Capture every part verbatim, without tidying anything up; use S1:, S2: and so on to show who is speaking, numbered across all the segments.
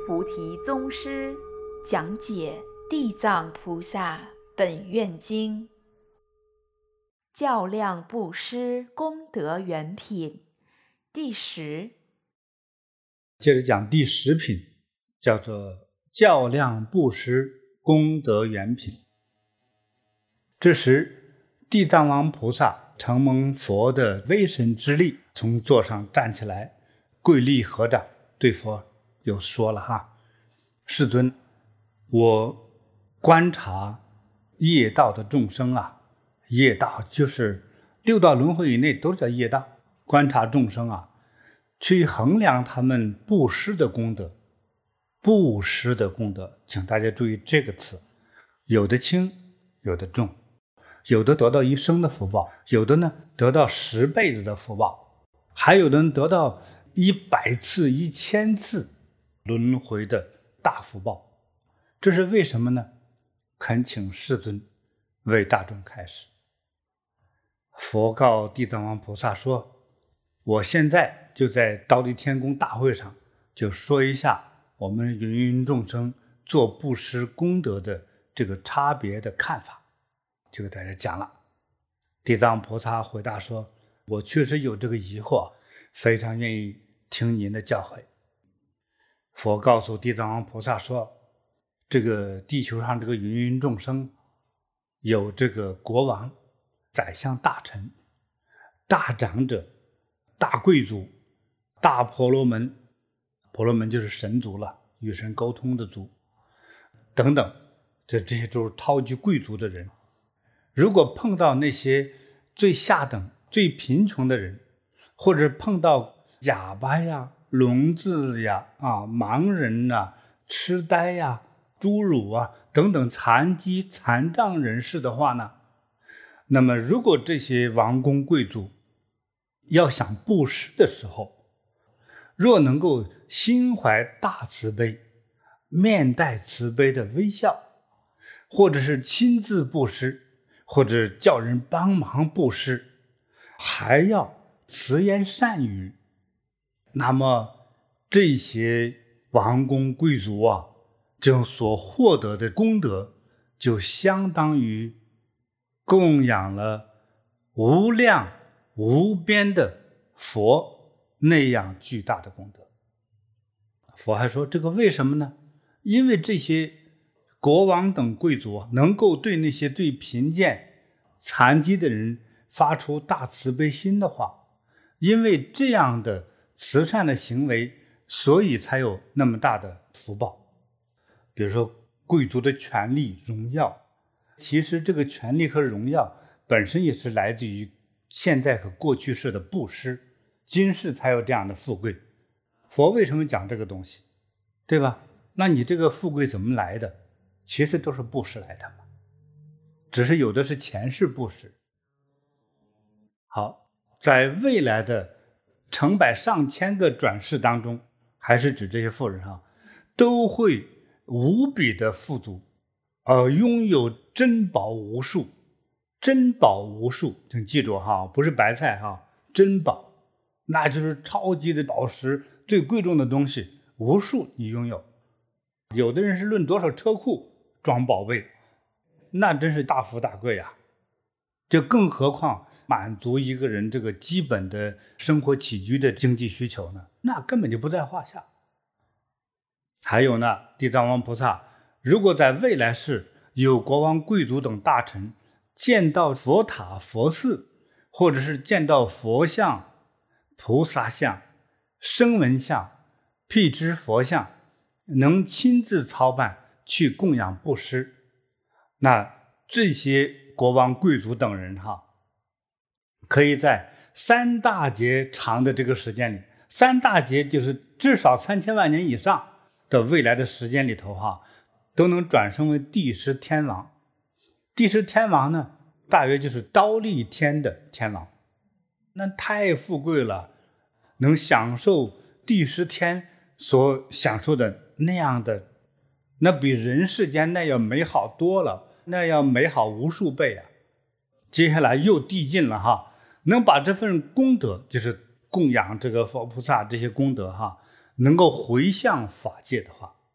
S1: 菩提宗师讲解《地藏菩萨本愿经》，较量布施功德圆品第十。
S2: 接着讲第十品，叫做较量布施功德圆品。这时地藏王菩萨承蒙佛的威神之力，从座上站起来，跪立合掌，对佛又说了哈：世尊，我观察业道的众生啊，业道就是六道轮回以内都叫业道，观察众生啊，去衡量他们布施的功德。布施的功德，请大家注意这个词，有的轻，有的重，有的得到一生的福报，有的呢得到十辈子的福报，还有的人得到一百次、一千次轮回的大福报。这是为什么呢？恳请世尊为大众开示。佛告地藏王菩萨说：我现在就在忉利天宫大会上就说一下我们芸芸众生做布施功德的这个差别的看法，就给大家讲了。地藏菩萨回答说：我确实有这个疑惑，非常愿意听您的教诲。佛告诉地藏王菩萨说：这个地球上这个芸芸众生，有这个国王、宰相、大臣、大长者、大贵族、大婆罗门，婆罗门就是神族了，与神沟通的族等等，这这些都是超级贵族的人。如果碰到那些最下等、最贫穷的人，或者碰到哑巴呀、聋子呀、啊盲人呐、痴呆呀、侏儒啊等等残疾残障人士的话呢，那么如果这些王公贵族要想布施的时候，若能够心怀大慈悲，面带慈悲的微笑，或者是亲自布施，或者叫人帮忙布施，还要慈言善语，那么这些王公贵族啊，就所获得的功德就相当于供养了无量无边的佛那样巨大的功德。佛还说，这个为什么呢？因为这些国王等贵族能够对那些最贫贱残疾的人发出大慈悲心的话，因为这样的慈善的行为，所以才有那么大的福报。比如说贵族的权力荣耀，其实这个权力和荣耀本身也是来自于现在和过去世的布施，今世才有这样的富贵。佛为什么讲这个东西，对吧？那你这个富贵怎么来的？其实都是布施来的嘛，只是有的是前世布施。好，在未来的成百上千个转世当中，还是指这些富人啊，都会无比的富足，呃，拥有珍宝无数。珍宝无数，请记住哈，不是白菜哈，珍宝，那就是超级的宝石，最贵重的东西，无数你拥有。有的人是论多少车库装宝贝，那真是大富大贵呀。就更何况满足一个人这个基本的生活起居的经济需求呢，那根本就不在话下。还有呢，地藏王菩萨如果在未来世有国王贵族等大臣见到佛塔佛寺，或者是见到佛像、菩萨像、声闻像、辟支佛像，能亲自操办去供养布施，那这些国王贵族等人哈，可以在三大劫长的这个时间里，三大劫就是至少三千万年以上的未来的时间里头哈，都能转生为帝释天王。帝释天王呢，大约就是忉利天的天王，那太富贵了，能享受帝释天所享受的那样的，那比人世间那要美好多了，那要美好无数倍啊。接下来又递进了哈，能把这份功德，就是供养这个佛菩萨这些功德哈，能够回向法界的话，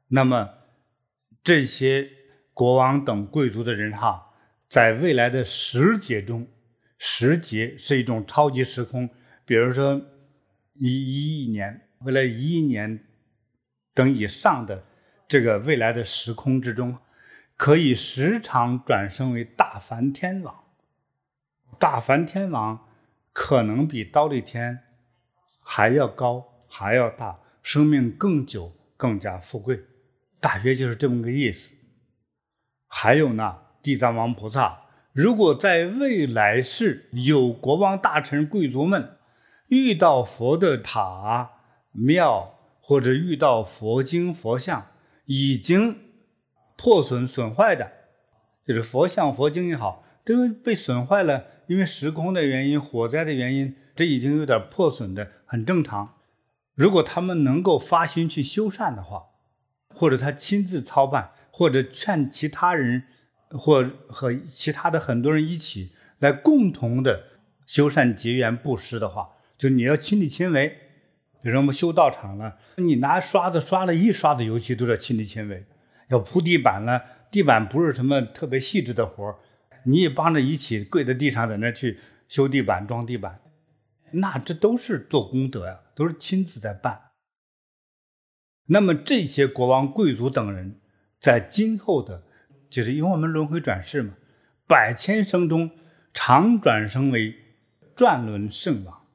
S2: 那么这些国王等贵族的人哈，在未来的时节中，时节是一种超级时空，比如说一一亿年，未来一亿年等以上的这个未来的时空之中，可以时常转生为大梵天王。大梵天王可能比忉利天还要高，还要大，生命更久，更加富贵，大约就是这么个意思。还有呢，地藏王菩萨如果在未来世有国王大臣贵族们遇到佛的塔庙，或者遇到佛经佛像已经破损损坏的，就是佛像佛经也好都被损坏了，因为时空的原因，火灾的原因，这已经有点破损的，很正常。如果他们能够发心去修缮的话，或者他亲自操办，或者劝其他人，或和其他的很多人一起来共同的修缮结缘布施的话，就是你要亲力亲为。比如我们修道场了，你拿刷子刷了一刷子油漆都要亲力亲为，要铺地板了，地板不是什么特别细致的活，你也帮着一起跪在地上在那去修地板装地板，那这都是做功德呀，都是亲自在办。那么这些国王贵族等人在今后的，就是因为我们轮回转世嘛，百千生中常转生为转轮圣王。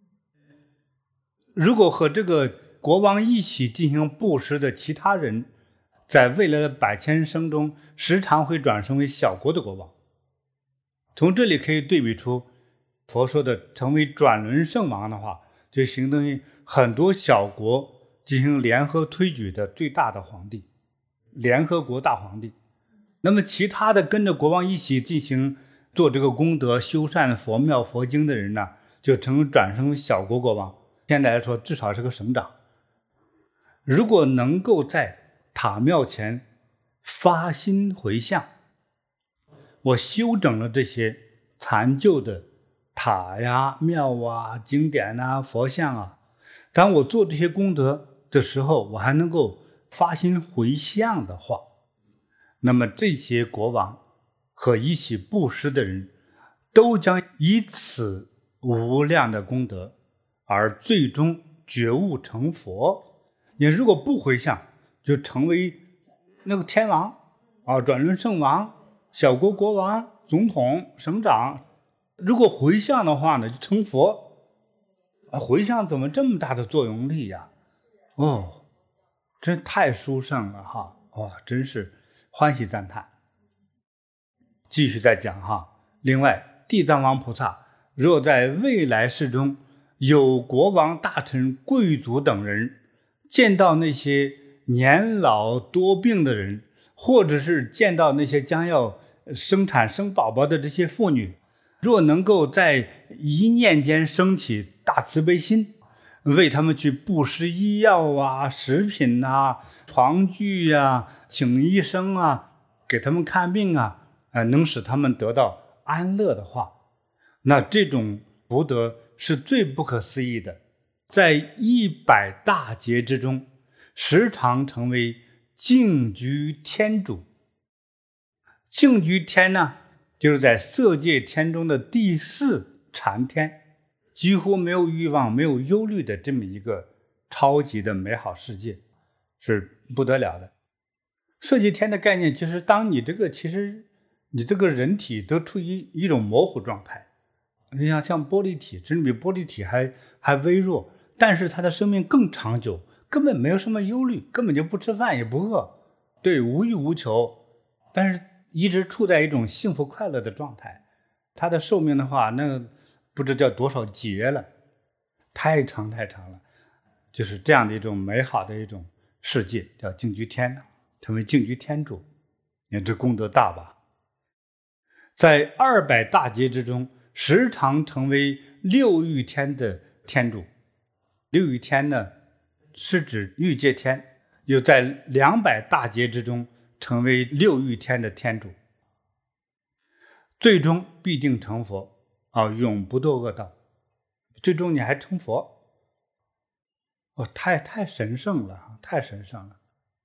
S2: 如果和这个国王一起进行布施的其他人，在未来的百千生中时常会转生为小国的国王。从这里可以对比出佛说的成为转轮圣王的话，就形成于很多小国进行联合推举的最大的皇帝，联合国大皇帝。那么其他的跟着国王一起进行做这个功德修缮佛庙佛经的人呢，就成为转生为小国国王。现在来说至少是个省长。如果能够在塔庙前发心回向，我修整了这些残旧的塔呀庙啊经典啊佛像啊，当我做这些功德的时候，我还能够发心回向的话，那么这些国王和一起布施的人都将以此无量的功德而最终觉悟成佛。你如果不回向，就成为那个天王啊，转轮圣王、小国国王、总统、省长。如果回向的话呢，就成佛。啊，回向怎么这么大的作用力呀？哦，真太殊胜了哈！哇、哦，真是欢喜赞叹。继续再讲哈。另外，地藏王菩萨若在未来世中有国王大臣贵族等人见到那些年老多病的人，或者是见到那些将要生产生宝宝的这些妇女，若能够在一念间升起大慈悲心，为他们去布施医药啊、食品啊、床具啊、请医生啊，给他们看病啊，呃，能使他们得到安乐的话，那这种福德是最不可思议的，在一百大劫之中时常成为净居天主。净居天呢，就是在色界天中的第四禅天，几乎没有欲望没有忧虑的这么一个超级的美好世界，是不得了的。色界天的概念就是当你这个其实你这个人体都处于一种模糊状态，你像像玻璃体，只是比玻璃体还还微弱，但是它的生命更长久，根本没有什么忧虑，根本就不吃饭也不饿，对，无欲无求，但是一直处在一种幸福快乐的状态。它的寿命的话，那不知道多少劫了，太长太长了，就是这样的一种美好的一种世界，叫净居天，成为净居天主。你看这功德大吧？在二百大劫之中，时常成为六欲天的天主。六欲天呢，是指欲界天，又在两百大劫之中成为六欲天的天主，最终必定成佛啊，永不堕恶道。最终你还成佛，哦，太太神圣了，太神圣了。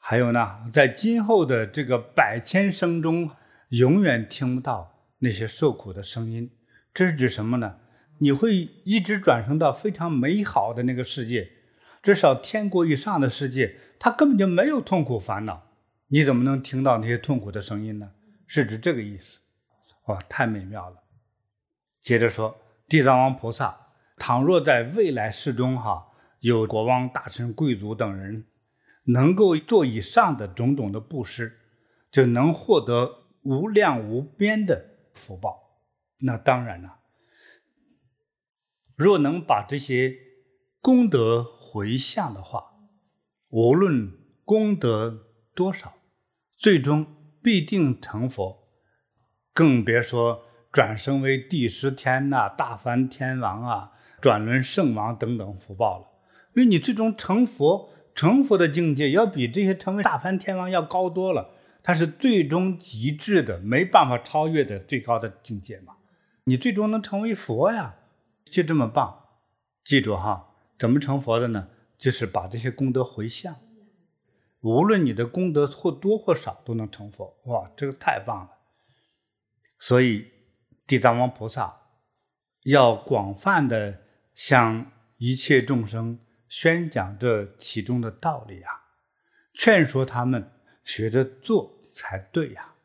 S2: 还有呢，在今后的这个百千生中，永远听不到那些受苦的声音。这是指什么呢？你会一直转生到非常美好的那个世界，至少天国以上的世界，它根本就没有痛苦烦恼，你怎么能听到那些痛苦的声音呢？是指这个意思。哇，太美妙了。接着说，地藏王菩萨倘若在未来世中哈，有国王、大臣、贵族等人能够做以上的种种的布施，就能获得无量无边的福报。那当然了，若能把这些功德回向的话，无论功德多少，最终必定成佛，更别说转生为帝释天呐、大梵天王啊、转轮圣王等等福报了。因为你最终成佛，成佛的境界要比这些成为大梵天王要高多了，它是最终极致的，没办法超越的最高的境界嘛。你最终能成为佛呀，就这么棒。记住哈，怎么成佛的呢？就是把这些功德回向，无论你的功德或多或少，都能成佛。哇，这个太棒了。所以地藏王菩萨要广泛的向一切众生宣讲这其中的道理啊，劝说他们学着做才对呀。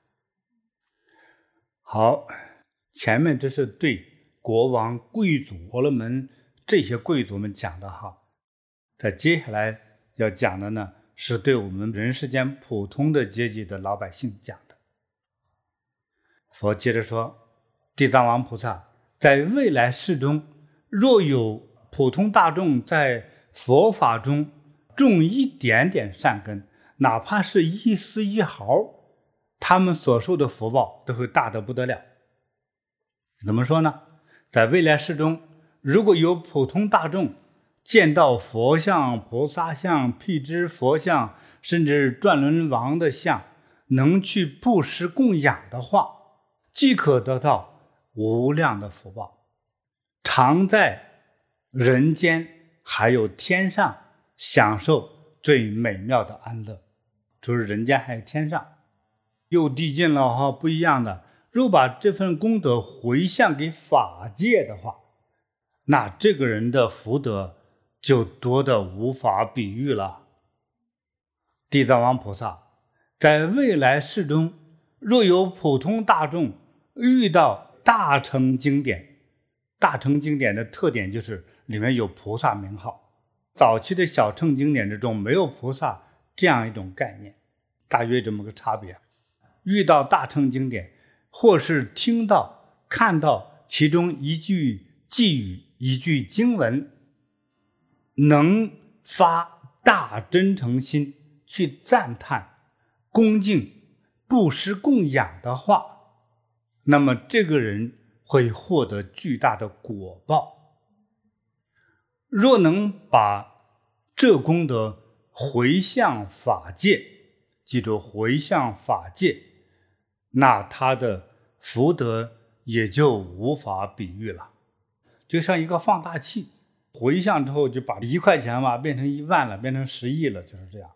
S2: 好，前面这是对国王、贵族、婆罗门这些贵族们讲的哈。在接下来要讲的呢，是对我们人世间普通的阶级的老百姓讲的。佛接着说，地藏王菩萨在未来世中，若有普通大众在佛法中种一点点善根，哪怕是一丝一毫，他们所受的福报都会大得不得了。怎么说呢？在未来世中，如果有普通大众见到佛像、菩萨像、辟支佛像，甚至转轮王的像，能去布施供养的话，即可得到无量的福报，常在人间还有天上享受最美妙的安乐。就是人间还有天上，又递进了哈，不一样的。若把这份功德回向给法界的话，那这个人的福德就多得无法比喻了。地藏王菩萨在未来世中，若有普通大众遇到大乘经典，大乘经典的特点就是里面有菩萨名号，早期的小乘经典之中没有菩萨这样一种概念，大约这么个差别。遇到大乘经典，或是听到看到其中一句偈语、一句经文，能发大真诚心去赞叹、恭敬、布施供养的话，那么这个人会获得巨大的果报。若能把这功德回向法界，记住回向法界，那他的福德也就无法比喻了。就像一个放大器，回向之后就把一块钱嘛变成一万了，变成十亿了，就是这样。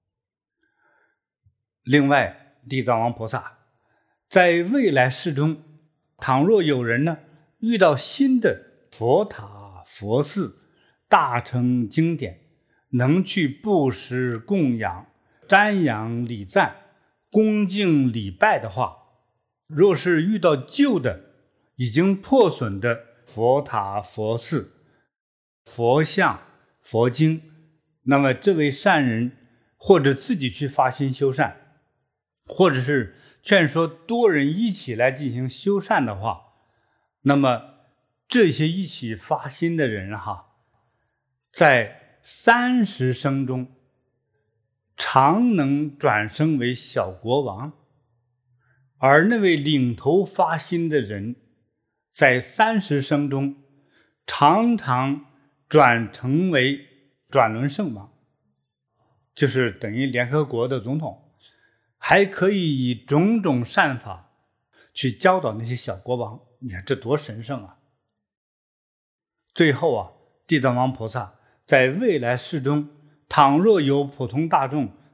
S2: 另外，地藏王菩萨在未来世中，倘若有人呢遇到新的佛塔、佛寺、大乘经典，能去布施供养、瞻仰礼赞、恭敬礼拜的话，若是遇到旧的已经破损的佛塔、佛寺、佛像、佛经，那么这位善人或者自己去发心修善，或者是劝说多人一起来进行修善的话，那么这些一起发心的人哈，在三十生中常能转生为小国王，而那位领头发心的人在三十生中常常转成为转轮圣王，就是等于联合国的总统，还可以以种种善法去教导那些小国王。你看这多神圣啊！最后啊，地藏王菩萨在未来世中，倘若有普通大众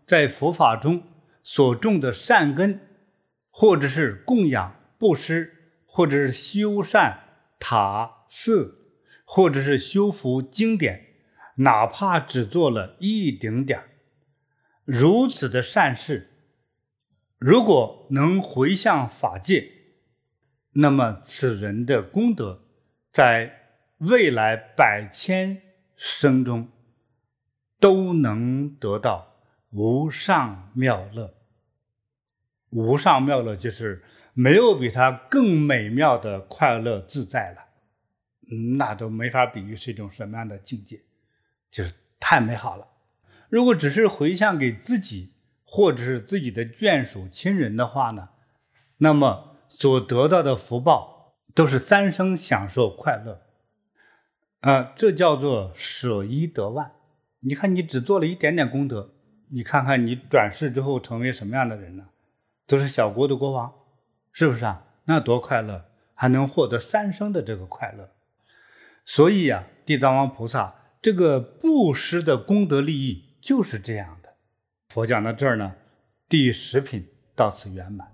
S2: 在佛法中所种的善根，或者是供养布施，或者是修缮塔寺，或者是修复经典，哪怕只做了一丁点儿，如此的善事，如果能回向法界，那么此人的功德在未来百千生中都能得到无上妙乐。无上妙乐就是没有比它更美妙的快乐自在了，那都没法比喻是一种什么样的境界，就是太美好了。如果只是回向给自己或者是自己的眷属亲人的话呢，那么所得到的福报都是三生享受快乐，呃，这叫做舍一得万。你看你只做了一点点功德，你看看你转世之后成为什么样的人呢？都是小国的国王，是不是啊？那多快乐，还能获得三生的这个快乐。所以啊，地藏王菩萨这个布施的功德利益就是这样的。佛讲到这儿呢，第十品到此圆满。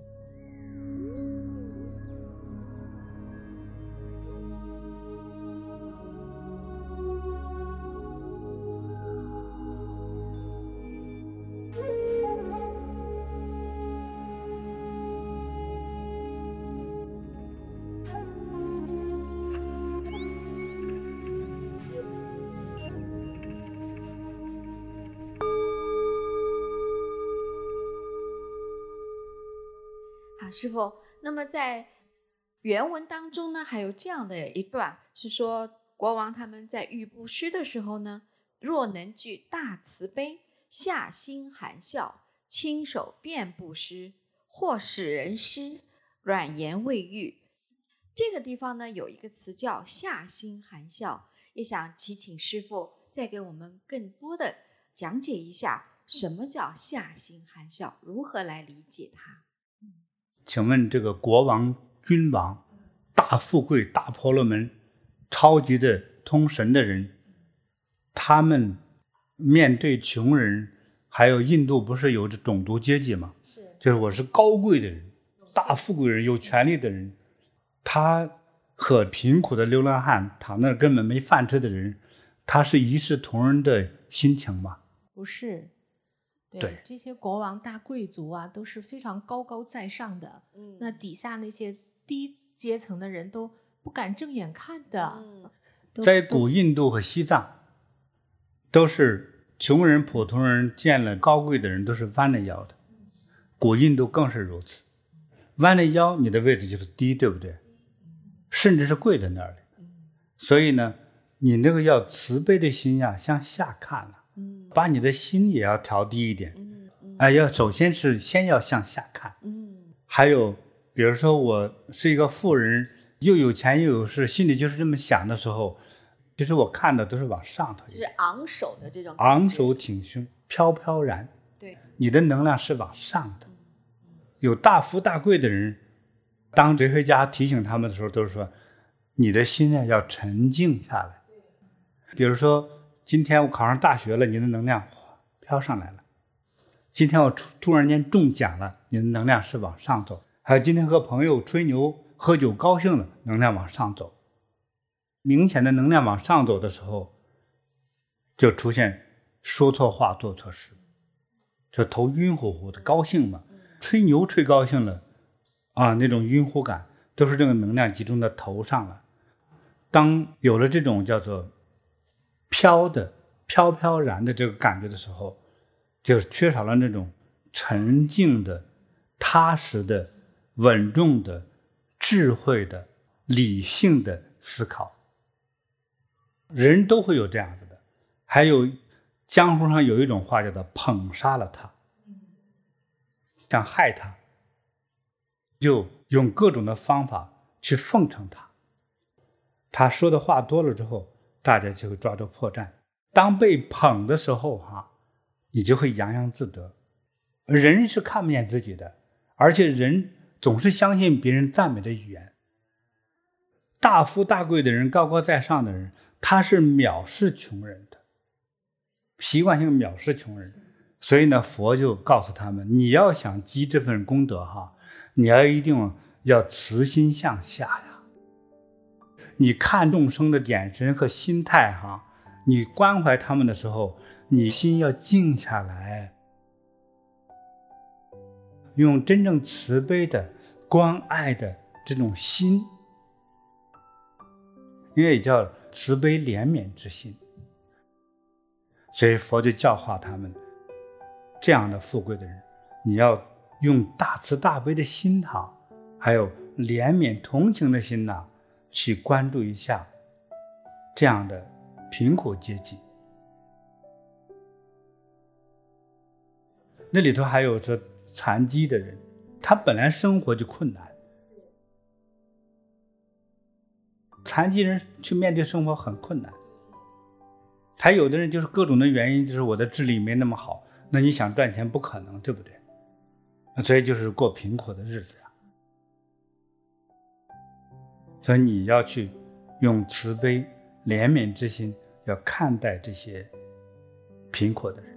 S1: 师父，那么在原文当中呢，还有这样的一段，是说国王他们在欲布施的时候呢，若能具大慈悲，下心含笑，亲手便布施，或使人施，软言未喻。这个地方呢，有一个词叫下心含笑，也想祈请师父再给我们更多的讲解一下，什么叫下心含笑，如何来理解它。
S2: 请问这个国王、君王、大富贵、大婆罗门、超级的通神的人，他们面对穷人，还有印度不是有这种族阶级吗？是，就是我是高贵的人，大富贵人，有权利的人，他和贫苦的流浪汉，躺那根本没饭吃的人，他是一视同仁的心情吗？
S3: 不是。对，
S2: 对，
S3: 这些国王大贵族啊都是非常高高在上的，嗯，那底下那些低阶层的人都不敢正眼看的。嗯，
S2: 在古印度和西藏，都是穷人普通人见了高贵的人都是弯着腰的，古印度更是如此，弯着腰你的位置就是低，对不对？甚至是跪在那里。所以呢，你那个要慈悲的心呀，向下看了。把你的心也要调低一点，嗯嗯哎，要首先是先要向下看，嗯，还有比如说我是一个富人，又有钱又有势，心里就是这么想的时候，其实我看的都是往上头，
S1: 就是昂首的这种
S2: 昂首挺胸，飘飘然，
S1: 对，
S2: 你的能量是往上的。有大富大贵的人，当哲学家提醒他们的时候，都是说你的心呢要沉静下来，比如说今天我考上大学了，你的能量飘上来了。今天我突然间中奖了，你的能量是往上走。还有今天和朋友吹牛喝酒高兴了，能量往上走。明显的能量往上走的时候，就出现说错话做错事，就头晕乎乎的，高兴嘛，吹牛吹高兴了啊，那种晕乎感都是这个能量集中在头上了。当有了这种叫做飘的飘飘然的这个感觉的时候，就缺少了那种沉静的、踏实的、稳重的、智慧的、理性的思考。人都会有这样子的。还有江湖上有一种话叫做捧杀了他，想害他，就用各种的方法去奉承他。他说的话多了之后，大家就会抓住破绽。当被捧的时候哈、啊，你就会洋洋自得。人是看不见自己的，而且人总是相信别人赞美的语言。大富大贵的人，高高在上的人，他是藐视穷人的，习惯性藐视穷人。 所以呢，佛就告诉他们，你要想积这份功德哈，你要一定要慈心向下呀。你看众生的眼神和心态哈，你关怀他们的时候，你心要静下来，用真正慈悲的关爱的这种心，因为也叫慈悲怜悯之心。所以佛就教化他们，这样的富贵的人，你要用大慈大悲的心哈，还有怜悯同情的心呐，去关注一下这样的贫苦阶级。那里头还有说残疾的人，他本来生活就困难，残疾人去面对生活很困难。还有的人就是各种的原因，就是我的智力没那么好，那你想赚钱不可能，对不对？所以就是过贫苦的日子呀。所以你要去用慈悲怜悯之心，要看待这些贫苦的人。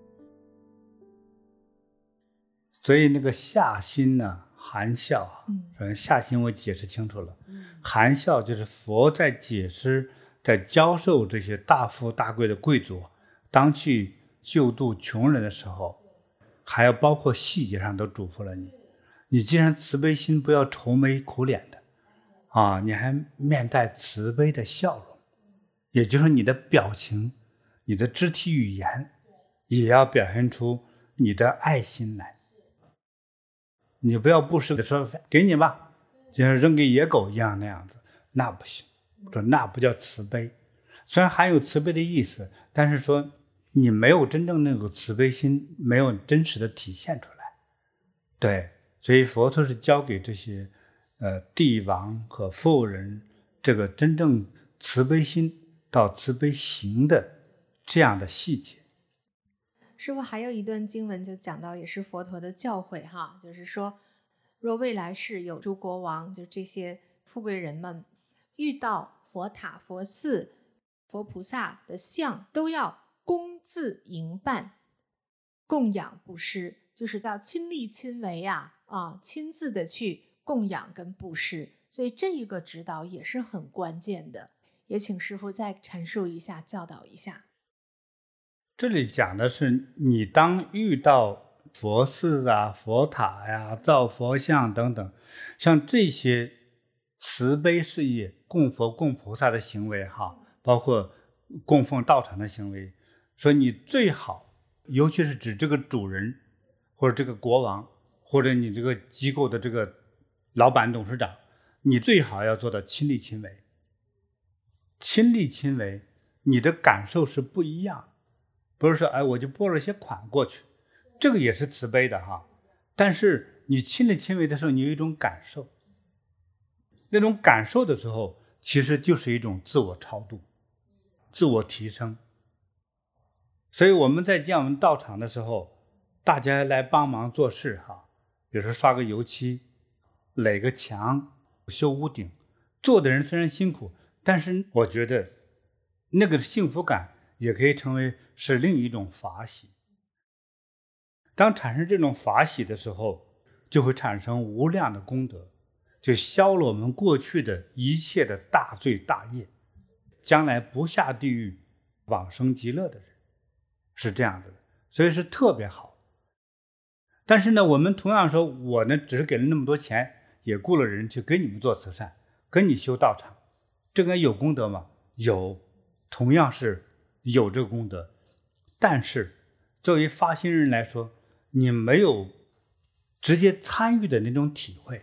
S2: 所以那个下心呢，含笑啊，首先下心我解释清楚了，含笑就是佛在解释，在教授这些大富大贵的贵族，当去救度穷人的时候，还要包括细节上都嘱咐了你，你既然慈悲心，不要愁眉苦脸的啊，你还面带慈悲的笑容，也就是你的表情，你的肢体语言也要表现出你的爱心来。你不要不施的说给你吧，就像扔给野狗一样那样子，那不行。说那不叫慈悲，虽然含有慈悲的意思，但是说你没有真正那个慈悲心，没有真实的体现出来。对，所以佛陀是教给这些呃帝王和富人这个真正慈悲心到慈悲行的这样的细节。
S3: 师父还有一段经文就讲到，也是佛陀的教诲哈，就是说，若未来世有诸国王，就这些富贵人们遇到佛塔、佛寺、佛菩萨的像，都要恭自迎办，供养布施，就是要亲力亲为啊，啊，亲自的去供养跟布施。所以这一个指导也是很关键的，也请师父再阐述一下，教导一下。
S2: 这里讲的是，你当遇到佛寺啊、佛塔呀、造佛像等等，像这些慈悲事业、供佛供菩萨的行为哈，包括供奉道场的行为，说你最好，尤其是指这个主人或者这个国王或者你这个机构的这个老板董事长，你最好要做到亲力亲为。亲力亲为，你的感受是不一样的，不是说哎我就拨了些款过去，这个也是慈悲的哈，但是你亲力亲为的时候，你有一种感受，那种感受的时候，其实就是一种自我超度、自我提升。所以我们在建我们道场的时候，大家来帮忙做事哈，比如说刷个油漆、垒个墙、修屋顶，做的人虽然辛苦，但是我觉得那个幸福感也可以成为是另一种法喜。当产生这种法喜的时候，就会产生无量的功德，就消了我们过去的一切的大罪大业，将来不下地狱往生极乐的人是这样子的，所以是特别好。但是呢，我们同样说，我呢只是给了那么多钱，也雇了人去给你们做慈善，跟你修道场，这个有功德吗？有，同样是有这个功德。但是作为发心人来说，你没有直接参与的那种体会。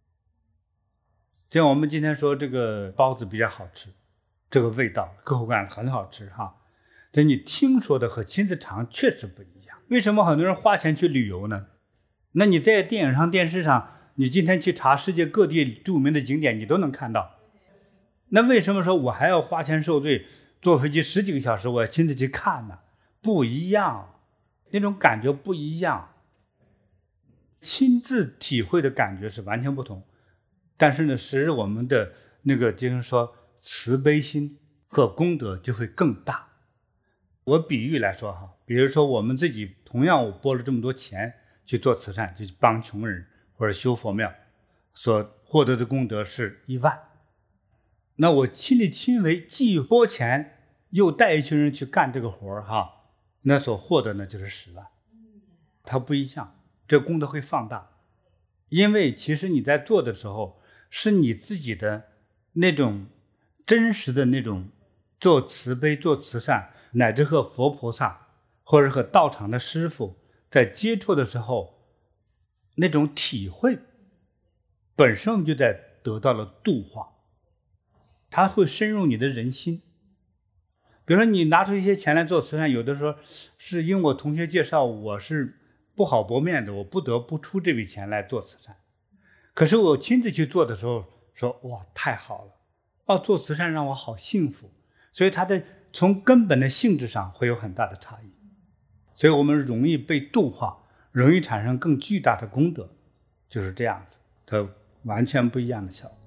S2: 像我们今天说这个包子比较好吃，这个味道口感很好吃哈，但你听说的和亲自尝确实不一样。为什么很多人花钱去旅游呢？那你在电影上、电视上，你今天去查世界各地著名的景点，你都能看到。那为什么说我还要花钱受罪，坐飞机十几个小时，我要亲自去看呢？不一样，那种感觉不一样，亲自体会的感觉是完全不同。但是呢，使我们的那个就是说慈悲心和功德就会更大。 我比喻来说哈，比如说我们自己同样我拨了这么多钱去做慈善，就帮穷人或者修佛庙，所获得的功德是一万。那我亲力亲为，既拨钱又带一群人去干这个活哈，那所获得呢就是十万。它不一样，这功德会放大。因为其实你在做的时候，是你自己的那种真实的那种做慈悲、做慈善，乃至和佛菩萨或者和道场的师父在接触的时候，那种体会本身就在得到了度化，它会深入你的人心。比如说你拿出一些钱来做慈善，有的时候是因为我同学介绍，我是不好驳面子，我不得不出这笔钱来做慈善。可是我亲自去做的时候说，哇，太好了，哦，做慈善让我好幸福。所以它的从根本的性质上会有很大的差异，所以我们容易被度化，容易产生更巨大的功德，就是这样子，它完全不一样的效果。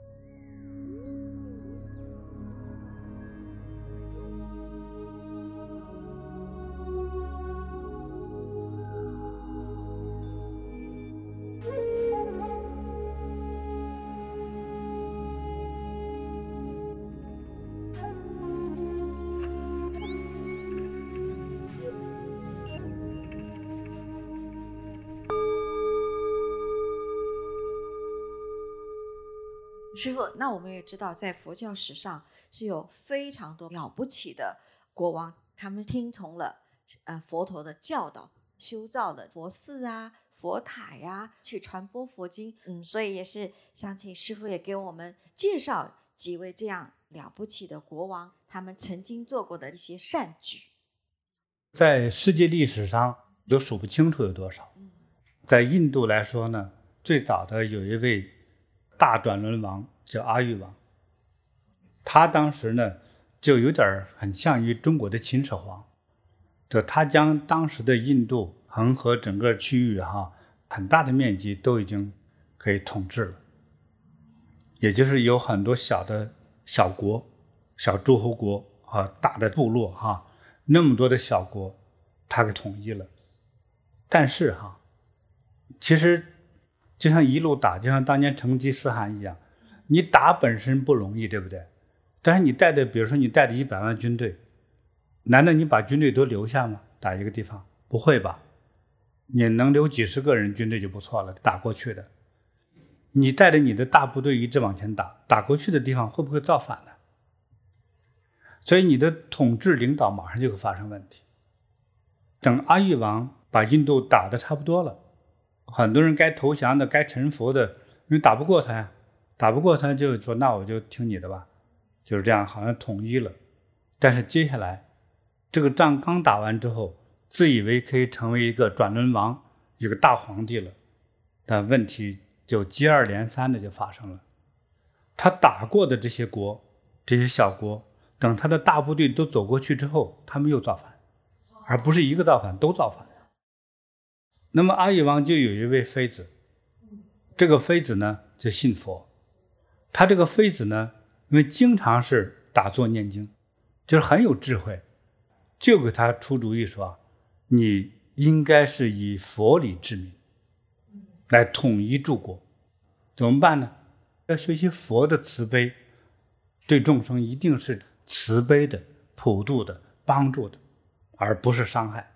S4: 师父，那我们也知道，在佛教史上是有非常多了不起的国王，他们听从了呃佛陀的教导，修造的佛寺啊、佛塔呀，去传播佛经。嗯，所以也是想请师父也给我们介绍几位这样了不起的国王，他们曾经做过的一些善举。
S2: 在世界历史上都数不清楚有多少。在印度来说呢，最早的有一位大转轮王叫阿育王，他当时呢就有点很像于中国的秦始皇，就他将当时的印度恒河整个区域哈很大的面积都已经可以统治了，也就是有很多小的小国、小诸侯国啊、大的部落哈，那么多的小国他给统一了。但是哈，其实就像一路打，就像当年成吉思汗一样，你打本身不容易，对不对？但是你带的，比如说你带着一百万军队，难道你把军队都留下吗？打一个地方不会吧？你能留几十个人军队就不错了，打过去的。你带着你的大部队一直往前打，打过去的地方会不会造反呢？所以你的统治领导马上就会发生问题。等阿育王把印度打得差不多了，很多人该投降的、该臣服的，因为打不过他呀，打不过他就说那我就听你的吧，就是这样，好像统一了。但是接下来这个仗刚打完之后，自以为可以成为一个转轮王，一个大皇帝了，但问题就接二连三的就发生了。他打过的这些国、这些小国，等他的大部队都走过去之后，他们又造反，而不是一个造反，都造反。那么阿育王就有一位妃子，这个妃子呢就信佛。他这个妃子呢，因为经常是打坐念经，就是很有智慧，就给他出主意说，你应该是以佛理治民，来统一诸国。怎么办呢？要学习佛的慈悲，对众生一定是慈悲的、普度的、帮助的，而不是伤害。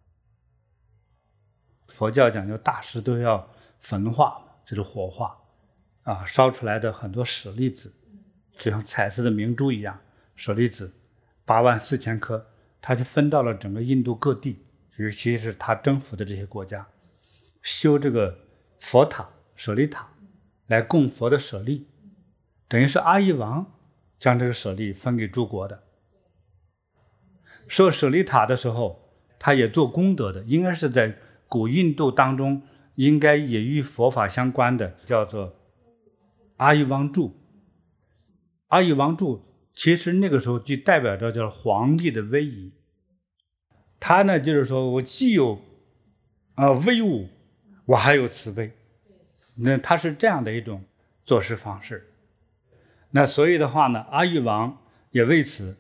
S2: 佛教讲究大师都要焚化，就是火化啊，烧出来的很多舍利子，就像彩色的明珠一样，舍利子八万四千颗，他就分到了整个印度各地，尤其是他征服的这些国家，修这个佛塔、舍利塔来供佛的舍利，等于是阿育王将这个舍利分给诸国的。设舍利塔的时候，他也做功德的，应该是在古印度当中应该也与佛法相关的，叫做阿育王柱。阿育王柱其实那个时候就代表着叫皇帝的威仪，他呢就是说我既有啊、呃、威武，我还有慈悲，那他是这样的一种做事方式。那所以的话呢，阿育王也为此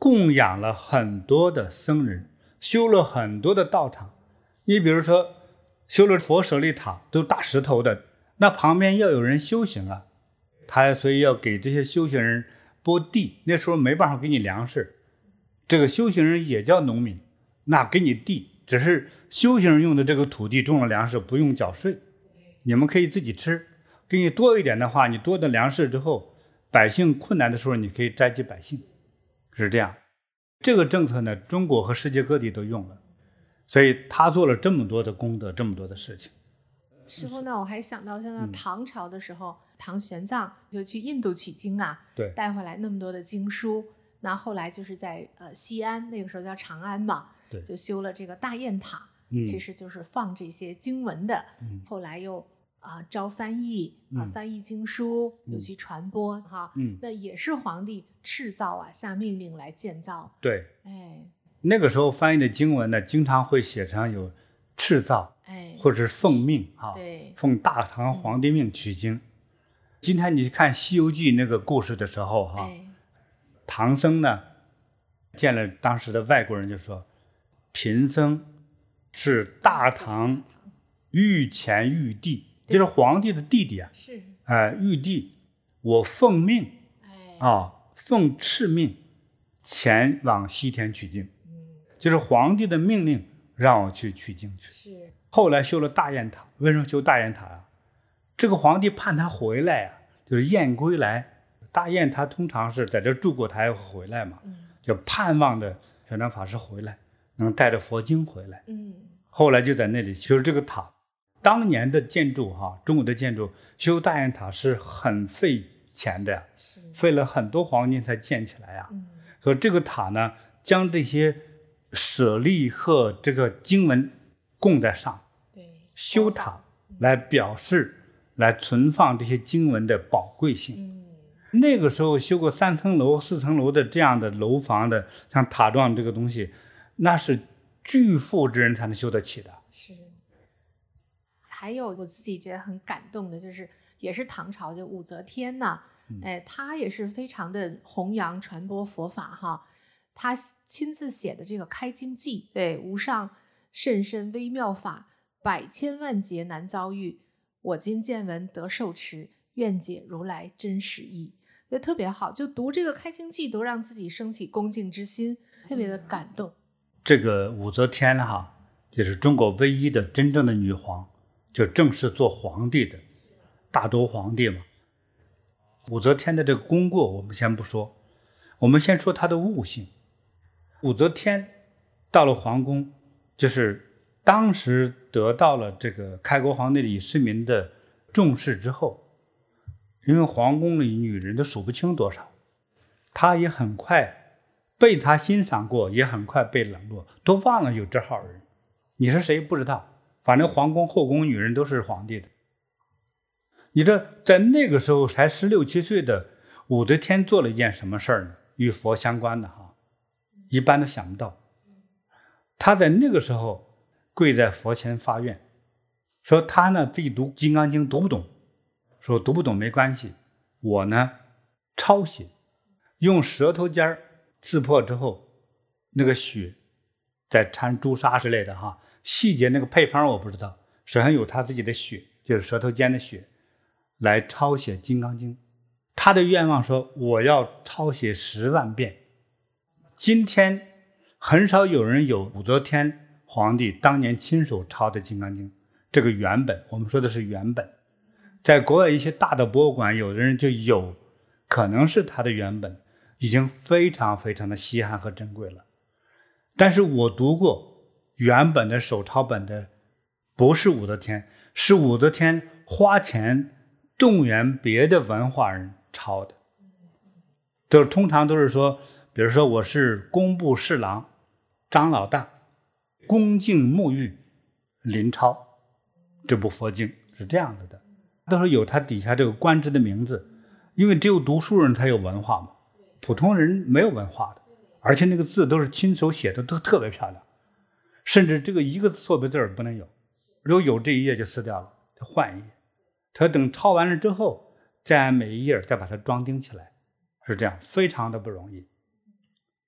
S2: 供养了很多的僧人，修了很多的道场。你比如说修了佛舍利塔，都大石头的，那旁边要有人修行啊，他所以要给这些修行人拨地。那时候没办法给你粮食，这个修行人也叫农民，那给你地，只是修行人用的这个土地种了粮食，不用缴税，你们可以自己吃。给你多一点的话，你多的粮食之后，百姓困难的时候你可以斋济百姓，是这样。这个政策呢，中国和世界各地都用了，所以他做了这么多的功德，这么多的事情。
S3: 师父，那我还想到像唐朝的时候、嗯、唐玄奘就去印度取经啊，
S2: 对，
S3: 带回来那么多的经书。那后来就是在呃西安，那个时候叫长安嘛，
S2: 对，
S3: 就修了这个大雁塔、
S2: 嗯、
S3: 其实就是放这些经文的、
S2: 嗯、
S3: 后来又啊、呃、招翻译啊、呃、翻译经书、嗯、又去传播哈、
S2: 嗯，
S3: 那也是皇帝敕造啊，下命令来建造。
S2: 对，
S3: 哎，
S2: 那个时候翻译的经文呢，经常会写上有敕造，
S3: 哎，
S2: 或者是奉命啊，
S3: 对，
S2: 奉大唐皇帝命取经。嗯、今天你看《西游记》那个故事的时候哈、啊
S3: 哎，
S2: 唐僧呢见了当时的外国人，就说贫僧是大唐御前御帝，就是皇帝的弟弟啊，
S3: 是，
S2: 哎、呃，御帝，我奉命，
S3: 哎，
S2: 啊，奉敕命前往西天取经，
S3: 嗯，
S2: 就是皇帝的命令让我去取经去。
S3: 是。
S2: 后来修了大雁塔，为什么修大雁塔啊？这个皇帝盼他回来啊，就是雁归来。大雁他通常是在这住过，他要回来嘛，
S3: 嗯，
S2: 就盼望着玄奘法师回来，能带着佛经回来。
S3: 嗯，
S2: 后来就在那里修这个塔。当年的建筑哈，中国的建筑修大雁塔是很费钱的呀，费了很多黄金才建起来呀。
S3: 嗯，
S2: 所以这个塔呢，将这些舍利和这个经文供在上，
S3: 对，
S2: 修塔来表示、嗯、来存放这些经文的宝贵性。
S3: 嗯，
S2: 那个时候修个三层楼、四层楼的这样的楼房的，像塔状这个东西，那是巨富之人才能修得起的。
S3: 是。还有我自己觉得很感动的，就是也是唐朝就武则天呐、嗯，哎，他也是非常的弘扬传播佛法哈。他亲自写的这个《开经记》，对，无上甚深微妙法，百千万劫难遭遇，我今见闻得受持，愿解如来真实义，就特别好。就读这个《开经记》，都让自己升起恭敬之心，特别的感动。
S2: 这个武则天哈，就是中国唯一的真正的女皇。就正式做皇帝的大周皇帝嘛。武则天的这个功过我们先不说，我们先说她的悟性。武则天到了皇宫，就是当时得到了这个开国皇帝李世民的重视之后，因为皇宫里女人都数不清多少，她也很快被她欣赏过，也很快被冷落，都忘了有这号人。你是谁不知道，反正皇宫后宫女人都是皇帝的。你这在那个时候才十六七岁的武则天做了一件什么事儿呢？与佛相关的哈，一般都想不到。她在那个时候跪在佛前发愿，说她呢自己读《金刚经》读不懂，说读不懂没关系，我呢抄写，用舌头尖刺破之后，那个血再掺朱砂之类的哈。细节那个配方我不知道，手上有他自己的血，就是舌头尖的血，来抄写《金刚经》。他的愿望说，我要抄写十万遍。今天很少有人有武则天皇帝当年亲手抄的《金刚经》这个原本，我们说的是原本。在国外一些大的博物馆，有的人就有可能是他的原本，已经非常非常的稀罕和珍贵了。但是我读过原本的手抄本的不是武则天，是武则天花钱动员别的文化人抄的。就是通常都是说，比如说我是工部侍郎张老大，恭敬沐浴临抄这部佛经，是这样子的，都是有他底下这个官职的名字，因为只有读书人才有文化嘛，普通人没有文化的，而且那个字都是亲手写的，都特别漂亮。甚至这个一个错别字儿不能有，如果有这一页就撕掉了，就换一页。他等抄完了之后，再按每一页再把它装订起来，是这样，非常的不容易。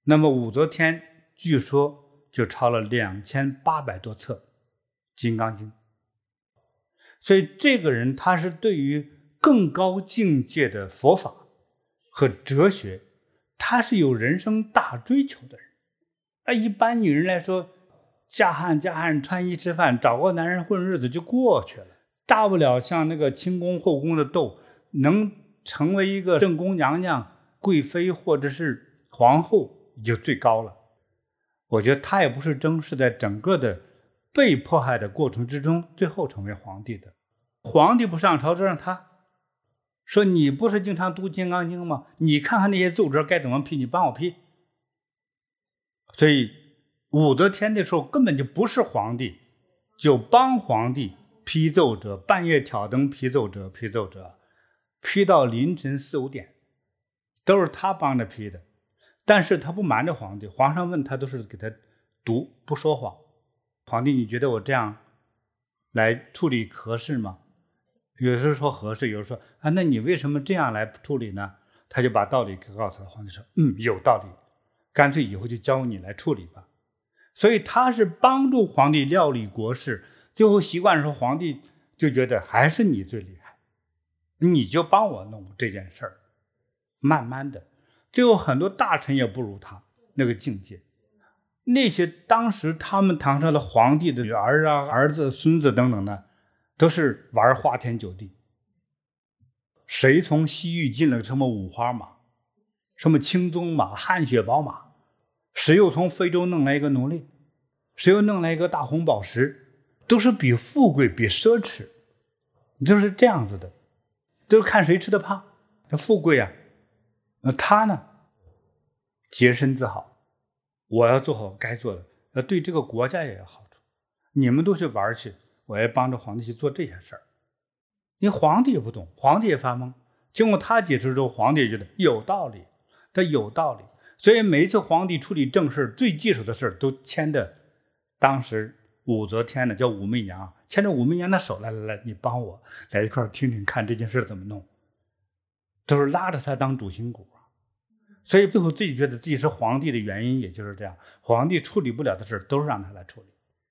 S2: 那么武则天据说就抄了两千八百多册《金刚经》。所以这个人他是对于更高境界的佛法和哲学，他是有人生大追求的人。而一般女人来说，嫁汉嫁汉穿衣吃饭，找个男人混日子就过去了，大不了像那个清宫后宫的斗，能成为一个正宫娘娘、贵妃或者是皇后就最高了。我觉得他也不是真是在整个的被迫害的过程之中最后成为皇帝的。皇帝不上朝就让他说，你不是经常读《金刚经》吗？你看看那些奏折该怎么批，你帮我批。所以武则天那时候根本就不是皇帝，就帮皇帝批奏折，半夜挑灯批奏折，批奏折批到凌晨四五点，都是他帮着批的。但是他不瞒着皇帝，皇上问他都是给他读，不说谎。皇帝，你觉得我这样来处理合适吗？有的时候说合适，有的时候说啊，那你为什么这样来处理呢？他就把道理告诉他。皇帝说，嗯，有道理，干脆以后就交你来处理吧。所以他是帮助皇帝料理国事，最后习惯说，皇帝就觉得还是你最厉害，你就帮我弄这件事儿。慢慢的，最后很多大臣也不如他那个境界。那些当时他们唐朝的皇帝的女儿啊、儿子、孙子等等的，都是玩花天酒地。谁从西域进了什么五花马、什么青鬃马、汗血宝马，谁又从非洲弄来一个奴隶，谁又弄来一个大红宝石，都是比富贵、比奢侈，就是这样子的，都是看谁吃得胖。那富贵啊，那他呢，洁身自好，我要做好该做的，那对这个国家也有好处。你们都去玩去，我也帮着皇帝去做这些事儿。因为皇帝也不懂，皇帝也发懵。经过他解释之后，皇帝也觉得有道理，他有道理。所以每一次皇帝处理正事，最棘手的事都牵着当时武则天的叫武媚娘，牵着武媚娘的手，来来来，你帮我来一块儿听听看这件事怎么弄，都是拉着他当主心骨。所以最后自己觉得自己是皇帝的原因也就是这样，皇帝处理不了的事都是让他来处理。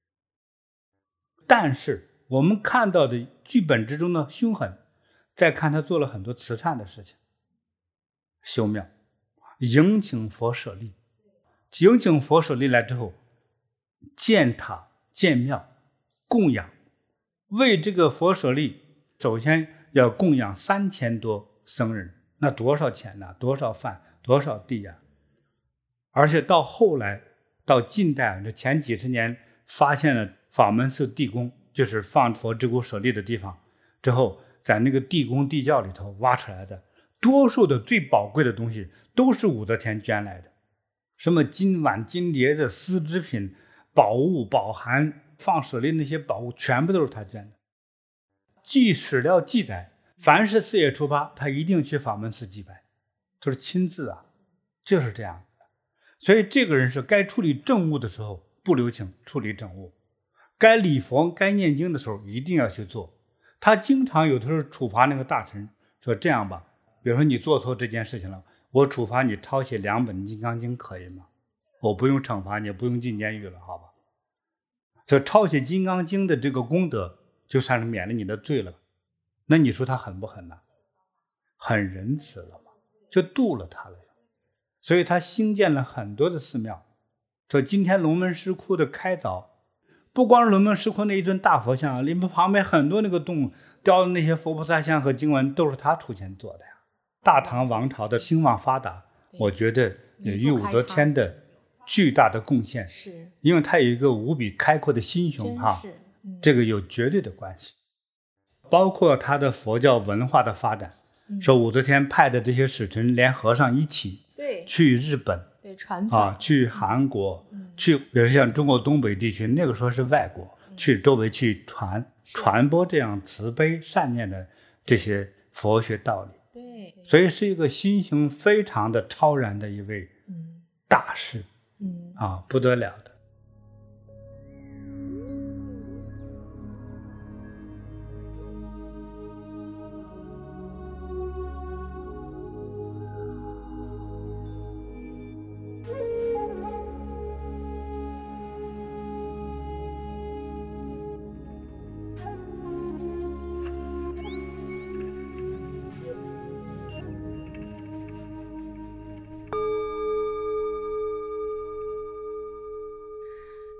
S2: 但是我们看到的剧本之中的凶狠，再看他做了很多慈善的事情，修庙，迎请佛舍利，迎请佛舍利来之后，建塔建庙供养，为这个佛舍利首先要供养三千多僧人，那多少钱呢？多少饭？多少地呀、啊？而且到后来到近代这前几十年发现了法门寺地宫，就是放佛指骨舍利的地方之后，在那个地宫地窖里头挖出来的多数的最宝贵的东西都是武则天捐来的，什么金碗金碟子丝织品宝物宝函放舍利那些宝物全部都是他捐的。据史料记载，凡是四月初八他一定去法门寺祭拜，都是亲自啊，就是这样。所以这个人是该处理政务的时候不留情处理政务，该礼佛该念经的时候一定要去做。他经常有的时候处罚那个大臣，说这样吧，比如说你做错这件事情了，我处罚你抄写两本金刚经可以吗？我不用惩罚你，不用进监狱了，好吧？所以抄写金刚经的这个功德就算是免了你的罪了。那你说他狠不狠呢？很仁慈了嘛，就度了他了。所以他兴建了很多的寺庙。说今天龙门石窟的开凿，不光是龙门石窟那一尊大佛像，里面旁边很多那个洞雕的那些佛菩萨像和经文都是他出钱做的呀。大唐王朝的兴旺发达，我觉得也与武则天的巨大的贡献，
S3: 是
S2: 因为他有一个无比开阔的心胸哈、嗯，这个有绝对的关系。包括他的佛教文化的发展，嗯、说武则天派的这些使臣连和尚一起
S3: 对
S2: 去日本，
S3: 对传
S2: 啊，去韩国，嗯、去比如像中国东北地区，那个时候是外国，嗯、去周围去传传播这样慈悲善念的这些佛学道理。
S3: 对，
S2: 所以是一个心胸非常的超然的一位大师，嗯啊，不得了的。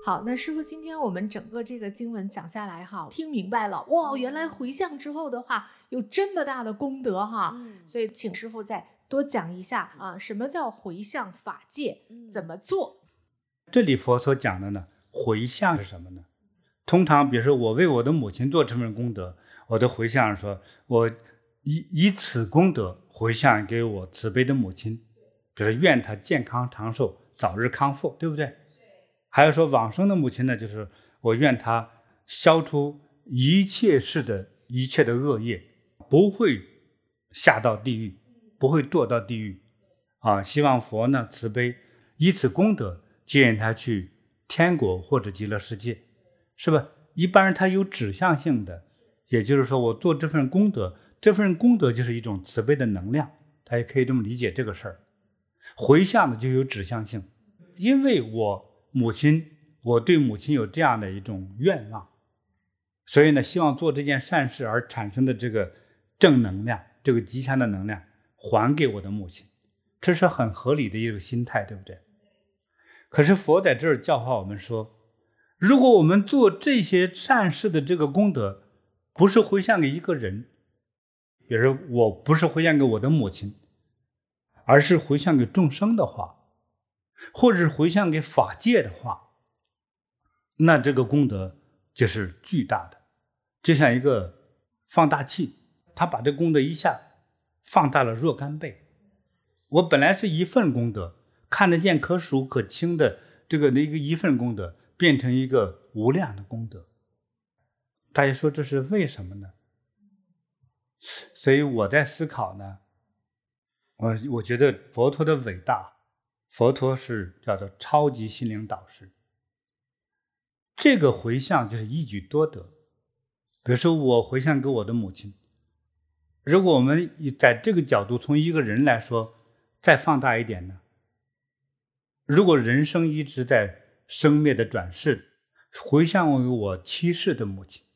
S3: 好，那师父，今天我们整个这个经文讲下来哈，听明白了哇，原来回向之后的话有这么大的功德哈，嗯、所以请师父再多讲一下啊，什么叫回向法界，嗯、怎么做？
S2: 这里佛所讲的呢，回向是什么呢？通常比如说我为我的母亲做这份功德，我的回向说，我以以此功德回向给我慈悲的母亲，比如说愿她健康长寿，早日康复，对不对？还有说往生的母亲呢，就是我愿她消除一切世的一切的恶业，不会下到地狱，不会堕到地狱啊！希望佛呢慈悲，以此功德接引她去天国或者极乐世界，是吧？一般人他有指向性的，也就是说我做这份功德，这份功德就是一种慈悲的能量，他也可以这么理解这个事儿。回向的就有指向性，因为我母亲，我对母亲有这样的一种愿望，所以呢，希望做这件善事而产生的这个正能量，这个吉祥的能量还给我的母亲，这是很合理的一个心态，对不对？可是佛在这儿教化我们说，如果我们做这些善事的这个功德不是回向给一个人，比如说我不是回向给我的母亲，而是回向给众生的话，或者是回向给法界的话，那这个功德就是巨大的，就像一个放大器，它把这功德一下放大了若干倍。我本来是一份功德，看得见可数可轻的这个一个一份功德，变成一个无量的功德。大家说这是为什么呢？所以我在思考呢，我我觉得佛陀的伟大，佛陀是叫做超级心灵导师。这个回向就是一举多得。比如说我回向给我的母亲，如果我们在这个角度从一个人来说再放大一点呢，如果人生一直在生灭的转世，回向给我七世的母亲，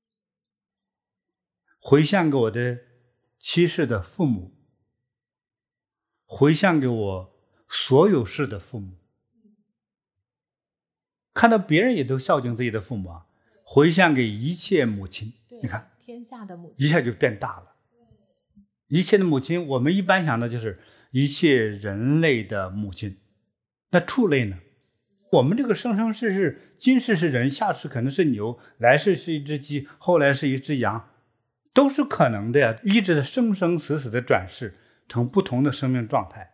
S2: 回向给我的七世的父母，回向给我所有世的父母，看到别人也都孝敬自己的父母啊，回向给一切母亲，你看
S3: 天下的母亲
S2: 一下就变大了。一切的母亲，我们一般想的就是一切人类的母亲。那畜类呢？我们这个生生世世，今世是人，下世可能是牛，来世是一只鸡，后来是一只羊，都是可能的呀，一直的生生死死的转世成不同的生命状态。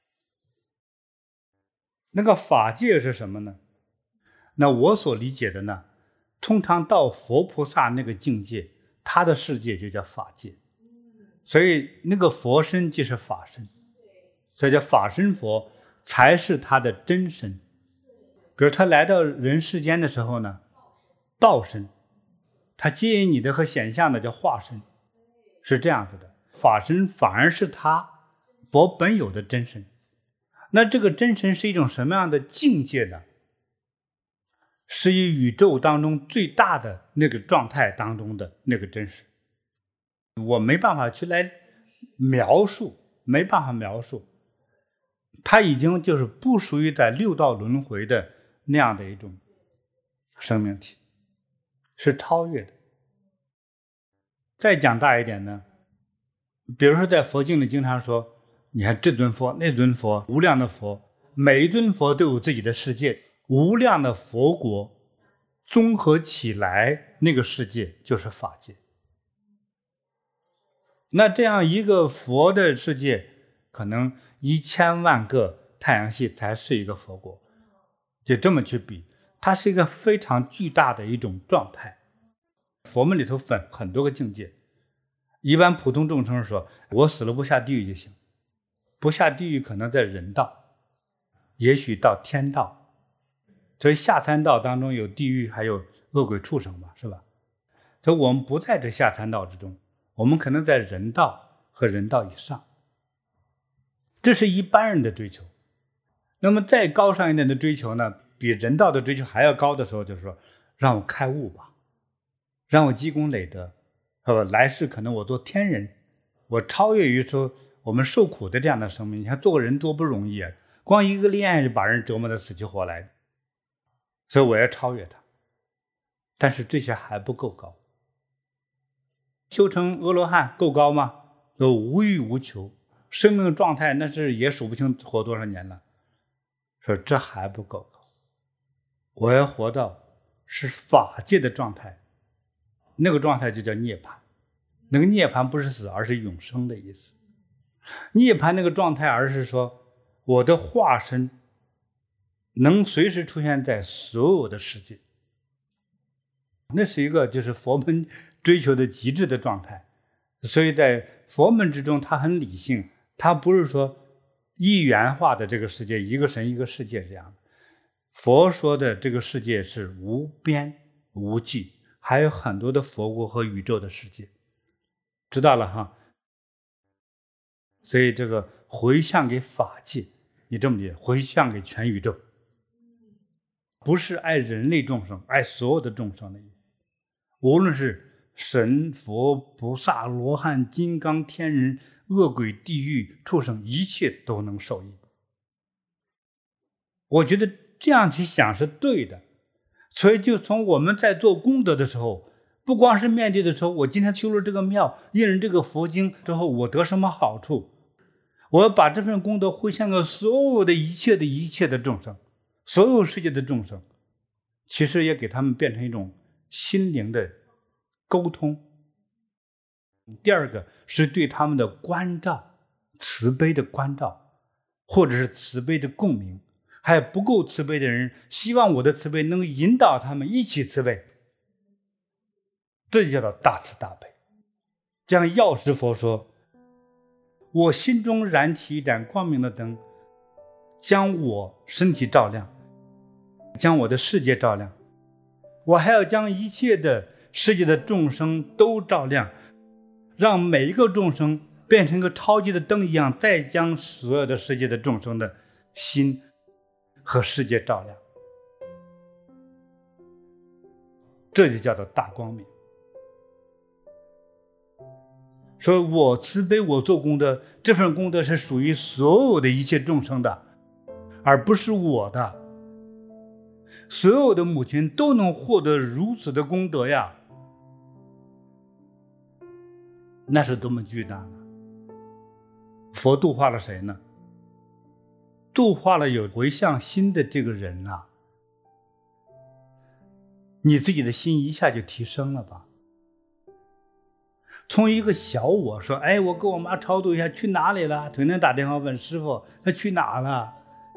S2: 那个法界是什么呢？那我所理解的呢，通常到佛菩萨那个境界，他的世界就叫法界，所以那个佛身即是法身，所以叫法身佛才是他的真身。比如他来到人世间的时候呢，道身，他接引你的和显象的叫化身，是这样子的。法身反而是他佛本有的真身。那这个真身是一种什么样的境界呢？是以宇宙当中最大的那个状态当中的那个真实，我没办法去来描述，没办法描述，它已经就是不属于在六道轮回的那样的一种生命体，是超越的。再讲大一点呢，比如说在佛经里经常说，你看这尊佛那尊佛，无量的佛，每一尊佛都有自己的世界，无量的佛国综合起来，那个世界就是法界。那这样一个佛的世界，可能一千万个太阳系才是一个佛国，就这么去比，它是一个非常巨大的一种状态。佛门里头分很多个境界，一般普通众生说，我死了不下地狱就行，不下地狱可能在人道，也许到天道，所以下三道当中有地狱，还有恶鬼畜生嘛，是吧？所以我们不在这下三道之中，我们可能在人道和人道以上，这是一般人的追求。那么再高尚一点的追求呢，比人道的追求还要高的时候，就是说让我开悟吧，让我积功累德，是吧？来世可能我做天人，我超越于说我们受苦的这样的生命。你看做个人多不容易啊，光一个恋爱就把人折磨得死去活来。 所以我要超越它。但是这些还不够高。修成阿罗汉够高吗？有无欲无求，生命状态那是也数不清活多少年了。说这还不够高，我要活到是法界的状态，那个状态就叫涅槃。那个涅槃不是死，而是永生的意思。涅槃那个状态，而是说我的化身能随时出现在所有的世界，那是一个就是佛门追求的极致的状态。所以在佛门之中，它很理性，它不是说一元化的这个世界，一个神一个世界这样的。佛说的这个世界是无边无际，还有很多的佛国和宇宙的世界，知道了哈。所以这个回向给法界，你这么理解，回向给全宇宙，不是爱人类众生，爱所有的众生的意思。无论是神佛菩萨罗汉金刚天人恶鬼地狱畜生，一切都能受益。我觉得这样去想是对的。所以就从我们在做功德的时候，不光是面对的时候，我今天修了这个庙，印了这个佛经之后，我得什么好处？我要把这份功德回向给所有的一切的一切的众生，所有世界的众生，其实也给他们变成一种心灵的沟通。第二个是对他们的关照，慈悲的关照，或者是慈悲的共鸣。还有不够慈悲的人，希望我的慈悲能引导他们一起慈悲，这就叫做大慈大悲。这样药师佛说，我心中燃起一盏光明的灯，将我身体照亮，将我的世界照亮，我还要将一切的世界的众生都照亮，让每一个众生变成一个超级的灯一样，再将所有的世界的众生的心和世界照亮，这就叫做大光明。说我慈悲，我做功德，这份功德是属于所有的一切众生的，而不是我的。所有的母亲都能获得如此的功德呀，那是多么巨大呢？佛度化了谁呢？度化了有回向心的这个人啊，你自己的心一下就提升了吧。从一个小我说，哎，我跟我妈超度一下，去哪里了？天天打电话问师父，他去哪了？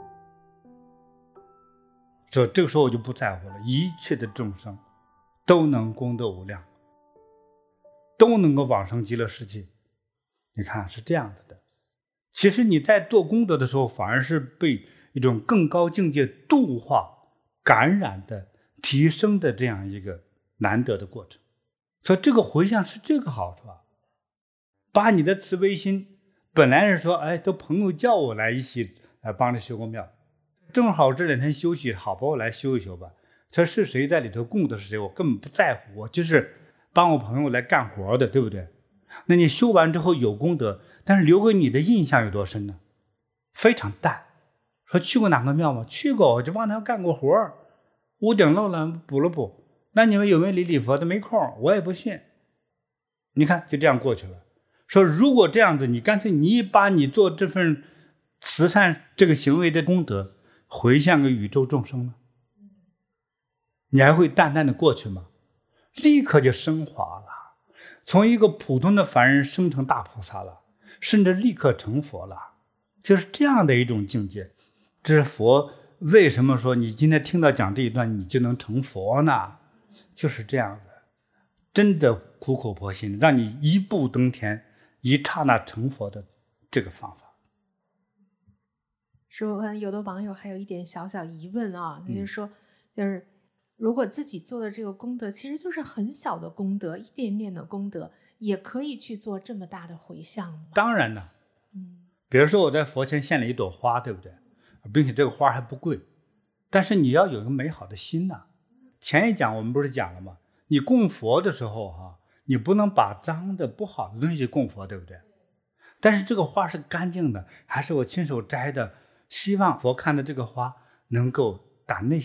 S2: 说这个时候我就不在乎了，一切的众生都能功德无量，都能够往生极乐世界。你看是这样子的。其实你在做功德的时候，反而是被一种更高境界度化、感染的、提升的这样一个难得的过程。所以这个回向是这个好处啊，把你的慈悲心，本来是说，哎，都朋友叫我来一起来帮着修个庙，正好这两天休息，好吧，我来修一修吧。这是谁在里头供的是谁，我根本不在乎，我就是帮我朋友来干活的，对不对？那你修完之后有功德，但是留给你的印象有多深呢？非常淡。说去过哪个庙吗？去过，我就帮他干过活，屋顶漏了补了补。那你们有没有礼礼佛的？没空，我也不信。你看就这样过去了。说如果这样子，你干脆你把你做这份慈善这个行为的功德回向给宇宙众生呢，你还会淡淡的过去吗？立刻就升华了，从一个普通的凡人升成大菩萨了，甚至立刻成佛了，就是这样的一种境界。这是佛为什么说你今天听到讲这一段你就能成佛呢？就是这样的，真的苦口婆心，让你一步登天，一刹那成佛的这个方法。
S3: 师父，有的网友还有一点小小疑问啊，那就是说，就是如果自己做的这个功德其实就是很小的功德，一点点的功德，也可以去做这么大的回向吗？
S2: 当然了，
S3: 嗯，
S2: 比如说我在佛前献了一朵花，对不对？并且这个花还不贵，但是你要有一个美好的心呐、啊。前一讲我们不是讲了吗？你供佛的时候哈、啊，你不能把脏的不好的东西去供佛，对不对？但是这个花是干净的，还是我亲手摘的，希望佛看的这个花能够打内心，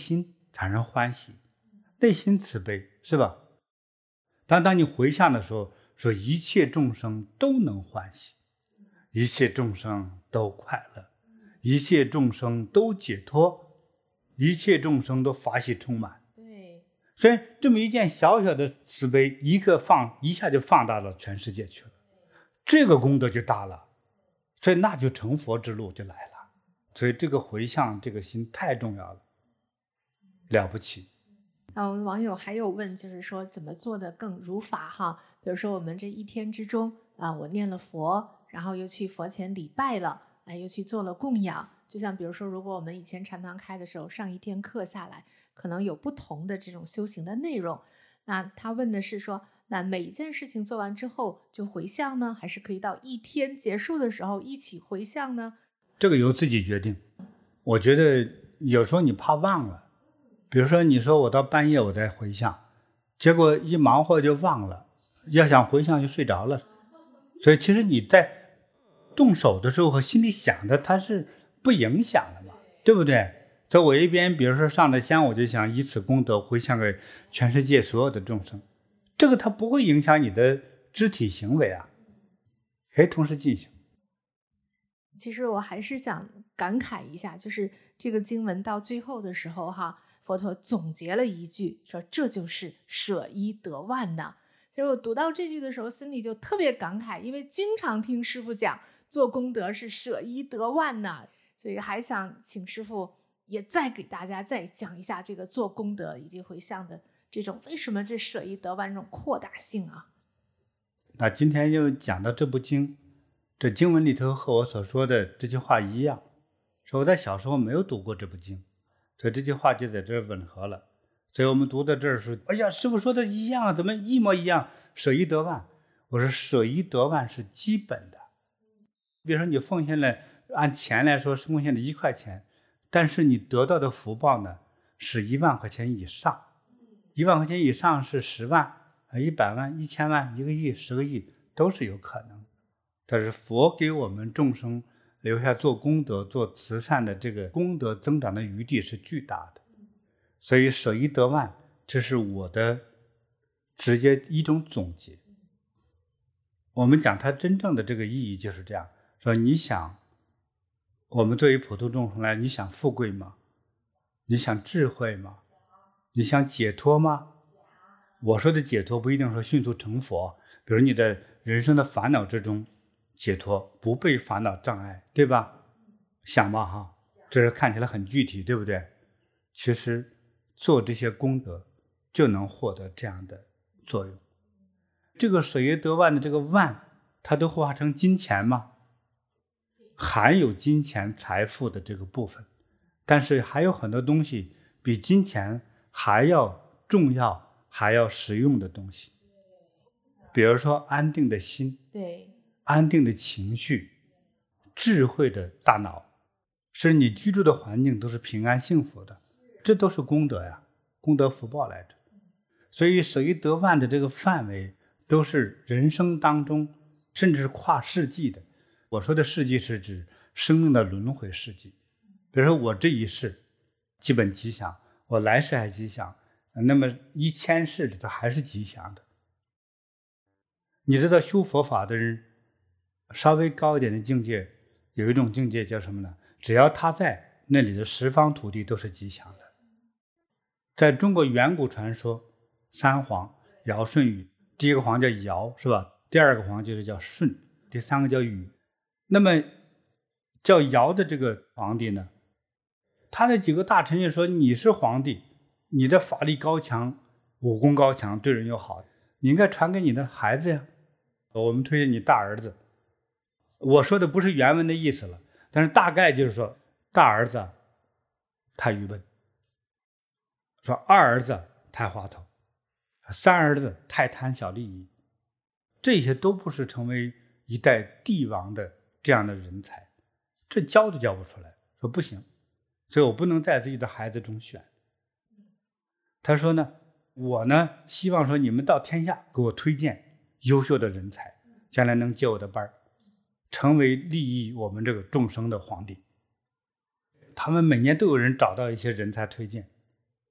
S2: 产生欢喜，内心慈悲，是吧？但当你回向的时候，说一切众生都能欢喜，一切众生都快乐，一切众生都解脱，一切众生都法喜充满。
S3: 对，
S2: 所以这么一件小小的慈悲，一个放一下就放大了全世界去了，这个功德就大了，所以那就成佛之路就来了。所以这个回向，这个心太重要了，了不起。
S3: 那我们网友还有问，就是说怎么做的更如法哈？比如说我们这一天之中啊，我念了佛，然后又去佛前礼拜了，哎，又去做了供养。就像比如说，如果我们以前禅堂开的时候，上一天课下来，可能有不同的这种修行的内容。那他问的是说，那每一件事情做完之后就回向呢，还是可以到一天结束的时候一起回向呢？
S2: 这个由自己决定。我觉得有时候你怕忘了，比如说你说我到半夜我再回向，结果一忙活就忘了，要想回向就睡着了。所以其实你在动手的时候和心里想的它是不影响的嘛，对不对？所以我一边比如说上了香，我就想以此功德回向给全世界所有的众生，这个它不会影响你的肢体行为啊，可以同时进行。
S3: 其实我还是想感慨一下，就是这个经文到最后的时候哈，佛陀总结了一句，说这就是舍一得万呐。其实我读到这句的时候，心里就特别感慨，因为经常听师父讲做功德是舍一得万呐，所以还想请师父也再给大家再讲一下这个做功德以及回向的这种为什么这舍一得万这种扩大性啊。
S2: 那今天就讲到这部经，这经文里头和我所说的这句话一样，说我在小时候没有读过这部经，所以这句话就在这儿吻合了。所以我们读到这儿说，哎呀，师父说的一样，怎么一模一样？舍一得万。我说舍一得万是基本的。比如说你奉献了，按钱来说是奉献了一块钱，但是你得到的福报呢是一万块钱以上，一万块钱以上是十万、一百万、一千万、一个亿、十个亿都是有可能。但是佛给我们众生留下做功德、做慈善的这个功德增长的余地是巨大的。所以舍一得万，这是我的直接一种总结。我们讲它真正的这个意义就是这样，说你想我们作为普通众生来，你想富贵吗？你想智慧吗？你想解脱吗？我说的解脱不一定说迅速成佛，比如你的人生的烦恼之中解脱，不被烦恼障碍，对吧？想吧哈，这是看起来很具体，对不对？其实做这些功德就能获得这样的作用。这个舍一得万的这个万，它都化成金钱吗？含有金钱财富的这个部分，但是还有很多东西比金钱还要重要还要实用的东西，比如说安定的心，
S3: 对，
S2: 安定的情绪，智慧的大脑，使你居住的环境都是平安幸福的，这都是功德呀，功德福报来着。所以舍一得万的这个范围都是人生当中甚至是跨世纪的。我说的世纪是指生命的轮回世纪，比如说我这一世基本吉祥，我来世还吉祥，那么一千世里头还是吉祥的。你知道修佛法的人稍微高一点的境界，有一种境界叫什么呢？只要他在那里的十方土地都是吉祥的。在中国远古传说，三皇尧舜禹，第一个皇叫尧，是吧？第二个皇就是叫舜，第三个叫禹。那么叫尧的这个皇帝呢，他的几个大臣就说，你是皇帝，你的法力高强，武功高强，对人又好，你应该传给你的孩子呀，我们推荐你大儿子。我说的不是原文的意思了，但是大概就是说，大儿子太愚笨，说二儿子太滑头，三儿子太贪小利益，这些都不是成为一代帝王的这样的人才，这教都教不出来，说不行，所以我不能在自己的孩子中选。他说呢，我呢希望说你们到天下给我推荐优秀的人才，将来能接我的班，成为利益我们这个众生的皇帝。他们每年都有人找到一些人才推荐，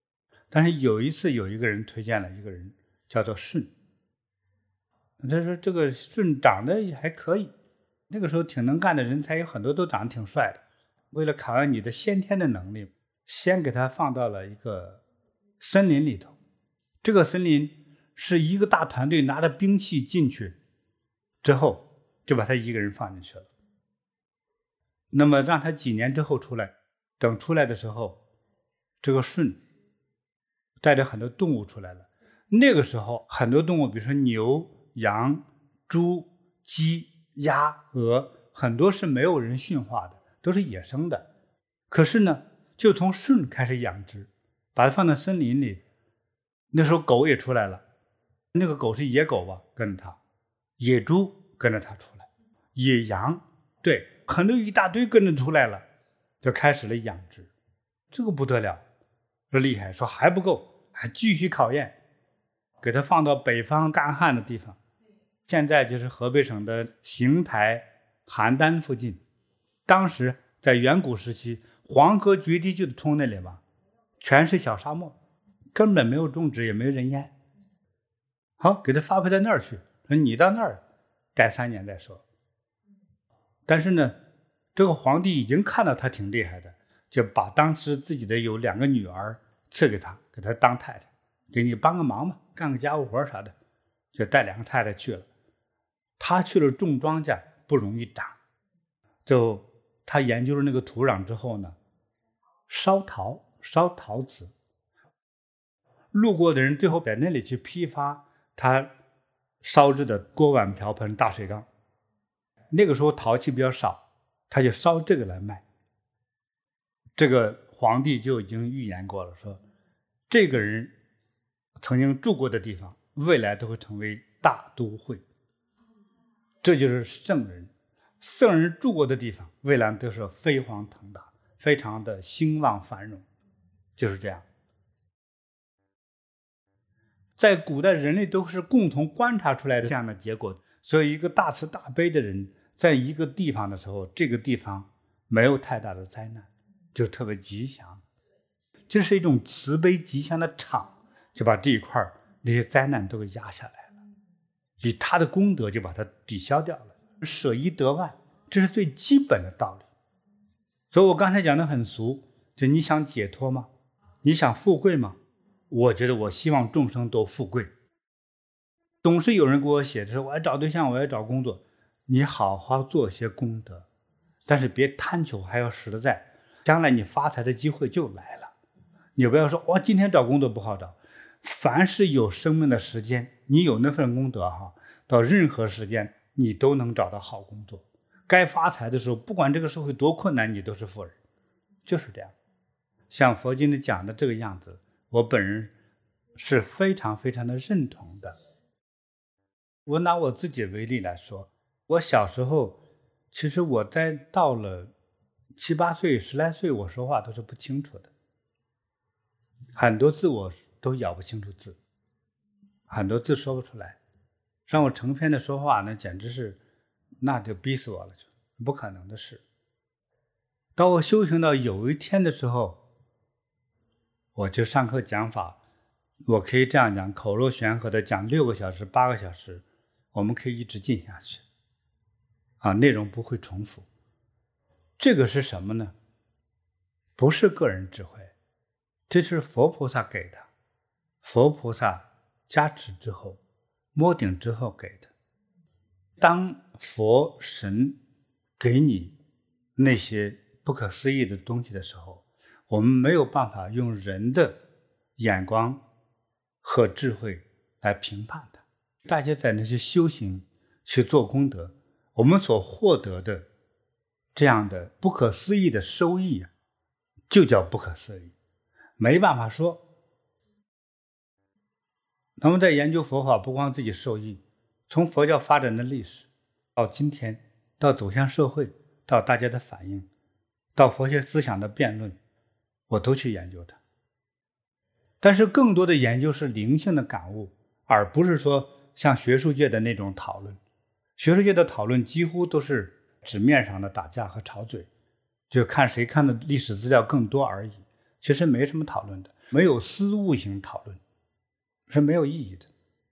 S2: 但是有一次有一个人推荐了一个人叫做舜，他说这个舜长得也还可以，那个时候挺能干的人才有很多都长得挺帅的，为了考验你的先天的能力，先给他放到了一个森林里头。这个森林是一个大团队拿着兵器进去之后，就把他一个人放进去了。那么让他几年之后出来，等出来的时候，这个舜带着很多动物出来了。那个时候很多动物，比如说牛、羊、猪、鸡、鸭、鹅，很多是没有人驯化的，都是野生的。可是呢，就从舜开始养殖，把它放在森林里。那时候狗也出来了，那个狗是野狗吧，跟着它；野猪跟着它出来，野羊，对，很多一大堆跟着出来了，就开始了养殖。这个不得了，说厉害，说还不够，还继续考验，给它放到北方干旱的地方，现在就是河北省的邢台、邯郸附近。当时在远古时期，黄河决堤就冲那里嘛，全是小沙漠，根本没有种植，也没有人烟。好，给他发配到那儿去，说你到那儿待三年再说。但是呢，这个皇帝已经看到他挺厉害的，就把当时自己的有两个女儿赐给他，给他当太太，给你帮个忙嘛，干个家务活啥的，就带两个太太去了。他去了种庄稼不容易长，就他研究了那个土壤之后呢，烧陶烧陶瓷，路过的人最后在那里去批发他烧制的锅碗瓢盆大水缸。那个时候陶器比较少，他就烧这个来卖。这个皇帝就已经预言过了，说这个人曾经住过的地方未来都会成为大都会，这就是圣人。圣人住过的地方未来都是飞黄腾达，非常的兴旺繁荣，就是这样。在古代人类都是共同观察出来的这样的结果，所以一个大慈大悲的人在一个地方的时候，这个地方没有太大的灾难，就特别吉祥。这是一种慈悲吉祥的场，就把这一块那些灾难都给压下来了，以他的功德就把它抵消掉了。舍一得万，这是最基本的道理。所以我刚才讲的很俗，就你想解脱吗？你想富贵吗？我觉得我希望众生都富贵。总是有人给我写的说，我要找对象，我要找工作。你好好做些功德，但是别贪求，还要实在，将来你发财的机会就来了。你不要说我、哦、今天找工作不好找，凡是有生命的时间，你有那份功德哈，到任何时间你都能找到好工作。该发财的时候，不管这个社会多困难，你都是富人，就是这样。像佛经里讲的这个样子，我本人是非常非常的认同的。我拿我自己为例来说，我小时候其实我在到了七八岁十来岁，我说话都是不清楚的，很多字我都咬不清楚字，很多字说不出来，让我成篇的说话那简直是，那就逼死我了，不可能的事。当我修行到有一天的时候，我就上课讲法，我可以这样讲，口若悬河的讲六个小时八个小时，我们可以一直进下去啊，内容不会重复。这个是什么呢？不是个人智慧，这是佛菩萨给的，佛菩萨加持之后摸顶之后给的。当佛神给你那些不可思议的东西的时候，我们没有办法用人的眼光和智慧来评判它。大家在那些修行去做功德，我们所获得的这样的不可思议的收益啊，就叫不可思议，没办法说。那么在研究佛法，不光自己受益，从佛教发展的历史到今天，到走向社会，到大家的反应，到佛学思想的辩论，我都去研究它。但是更多的研究是灵性的感悟，而不是说像学术界的那种讨论。学术界的讨论几乎都是纸面上的打架和吵嘴，就看谁看的历史资料更多而已，其实没什么讨论的。 没有思悟型讨论是没有意义的。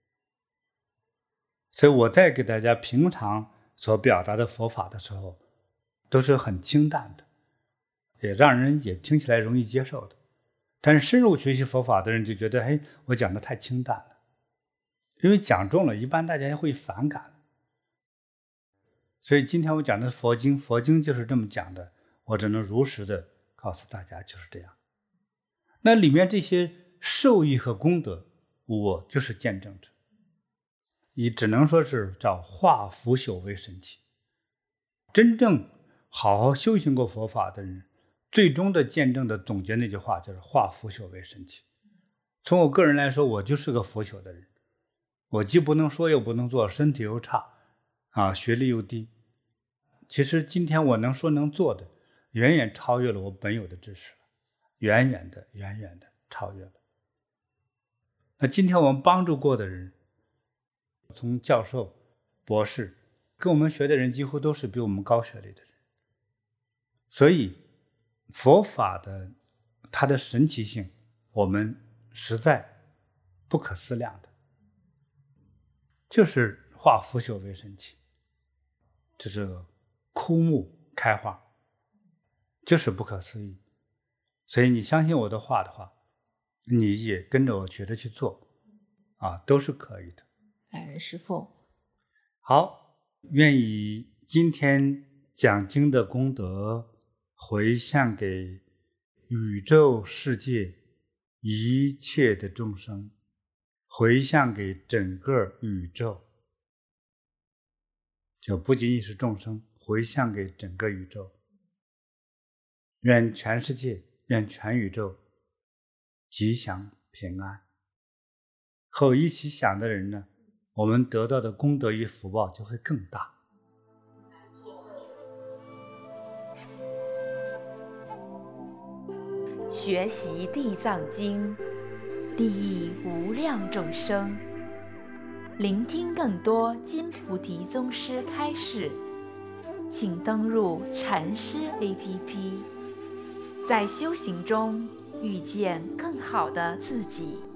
S2: 所以我在给大家平常所表达的佛法的时候，都是很清淡的，也让人也听起来容易接受的。但是深入学习佛法的人就觉得，哎，我讲的太清淡了，因为讲重了，一般大家会反感。所以今天我讲的佛经，佛经就是这么讲的，我只能如实的告诉大家就是这样。那里面这些受益和功德，我就是见证者，也只能说是叫化腐朽为神奇。真正好好修行过佛法的人，最终的见证的总结那句话就是化腐朽为神奇。从我个人来说，我就是个腐朽的人，我既不能说又不能做，身体又差啊，学历又低。其实今天我能说能做的，远远超越了我本有的知识了，远远的远远的超越了。那今天我们帮助过的人，从教授、博士，跟我们学的人几乎都是比我们高学历的人。所以佛法的它的神奇性，我们实在不可思量的，就是化腐朽为神奇，就是枯木开花，就是不可思议。所以你相信我的话的话，你也跟着我学着去做啊，都是可以的。
S3: 感恩师父。
S2: 好，愿以今天讲经的功德回向给宇宙世界一切的众生，回向给整个宇宙，就不仅仅是众生，回向给整个宇宙。愿全世界，愿全宇宙吉祥平安。和我一起想的人呢，我们得到的功德与福报就会更大。
S1: 学习地藏经，利益无量众生。聆听更多金菩提宗师开示，请登入禅师 A P P， 在修行中遇见更好的自己。